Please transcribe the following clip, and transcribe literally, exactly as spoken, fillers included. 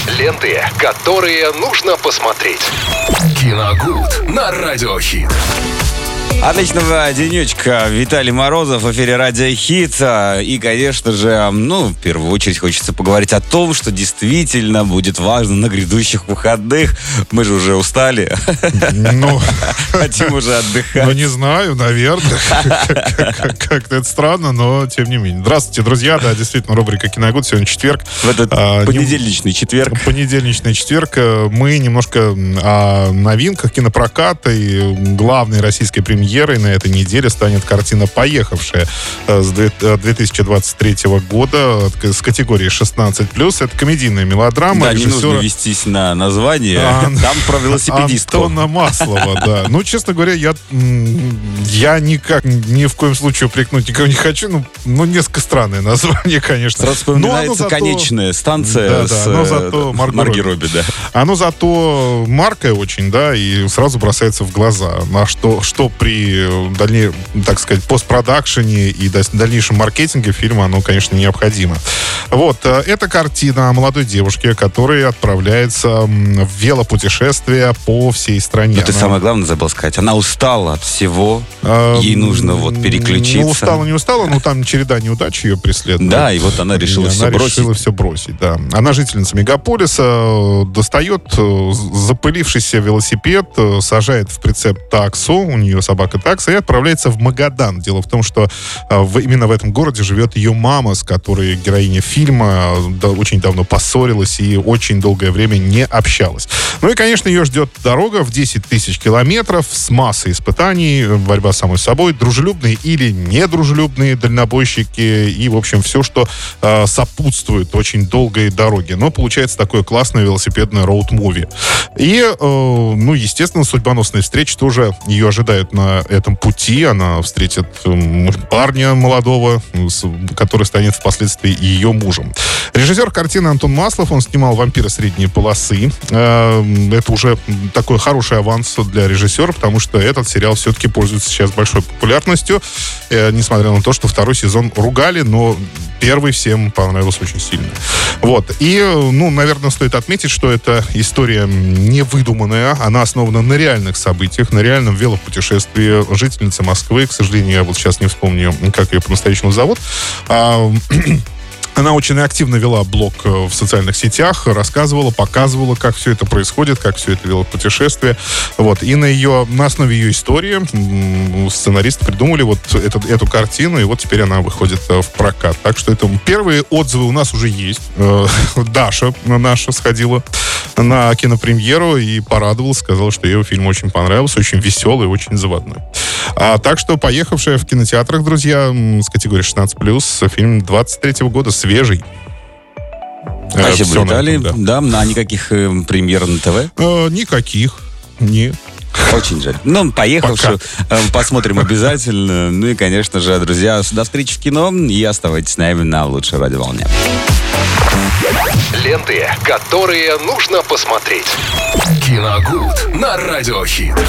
Ленты, которые нужно посмотреть. Киногуд на Радиохит. Отличного денечка, Виталий Морозов, в эфире Радио Хит. И, конечно же, ну, в первую очередь хочется поговорить о том, что действительно будет важно на грядущих выходных. Мы же уже устали. Ну, хотим уже отдыхать. Ну, не знаю, наверное. Как-то это странно, но тем не менее. Здравствуйте, друзья. Да, действительно, рубрика «Киногуд». Сегодня четверг. В этот понедельничный четверг. Понедельничный четверг. Мы немножко о новинках кинопроката. И главной российской премьерой на этой неделе станет картина «Поехавшая» с две тысячи двадцать третьего года с категории шестнадцать плюс. Это комедийная мелодрама. Да, режиссера... не нужно вестись на название. Ан... Там про велосипедистов. Антона Маслова, да. Ну, честно говоря, я, я никак, ни в коем случае упрекнуть никого не хочу. Ну, ну несколько странное название, конечно. Сразу вспоминается зато... конечная станция да, с да, но зато Марго, Марго Робби. Да. Оно зато маркое очень, да, и сразу бросается в глаза. А что, что при дальней, так сказать, постпродакшене и дальнейшем маркетинге фильма, оно, конечно, необходимо. Вот, это картина о молодой девушке, которая отправляется в велопутешествие по всей стране. Но ты она... самое главное забыл сказать. Она устала от всего. А, ей нужно вот переключиться. Ну, устала, не устала, но там череда неудач ее преследует. Да, и вот она решила и все она бросить. решила все бросить, да. Она жительница мегаполиса, достает запылившийся велосипед, сажает в прицеп таксу, у нее собака такса, и отправляется в Магадан. Дело в том, что в, именно в этом городе живет ее мама, с которой героиня фильма да, очень давно поссорилась и очень долгое время не общалась. Ну и, конечно, ее ждет дорога в десять тысяч километров с массой испытаний, борьба с самой собой, дружелюбные или недружелюбные дальнобойщики и, в общем, все, что э, сопутствует очень долгой дороге. Но получается такое классное велосипедное роуд-муви. И, э, ну, естественно, судьбоносные встречи тоже ее ожидают на этом пути. Она встретит э, парня молодого, который станет впоследствии ее мужем. Режиссер картины Антон Маслов, он снимал «Вампиры средней полосы». Э, это уже такой хороший аванс для режиссера, потому что этот сериал все-таки пользуется сейчас большой популярностью, э, несмотря на то, что второй сезон ругали, но первый всем понравился очень сильно. Вот. И, ну, наверное, стоит отметить, что эта история не выдуманная, она основана на реальных событиях, на реальном велопутешествии жительницы Москвы. К сожалению, я вот сейчас не вспомню, как ее по-настоящему зовут. А, Она очень активно вела блог в социальных сетях, рассказывала, показывала, как все это происходит, как все это велопутешествие. Вот. И на, ее, на основе ее истории сценаристы придумали вот эту, эту картину, и вот теперь она выходит в прокат. Так что это первые отзывы у нас уже есть. Даша наша сходила на кинопремьеру и порадовалась, сказала, что ей фильм очень понравился, очень веселый, очень заводной. А, так что «Поехавшая» в кинотеатрах, друзья, с категории шестнадцать плюс, фильм двадцать третьего года, свежий. Спасибо, Виталий. Да. да, на никаких э, премьер на ТВ? Э, никаких, нет. Очень жаль. Ну, «Поехавшую» э, посмотрим обязательно. Ну и, конечно же, друзья, до встречи в кино и оставайтесь с нами на лучшей радиоволне. Ленты, которые нужно посмотреть. Киногуд на Радиохит.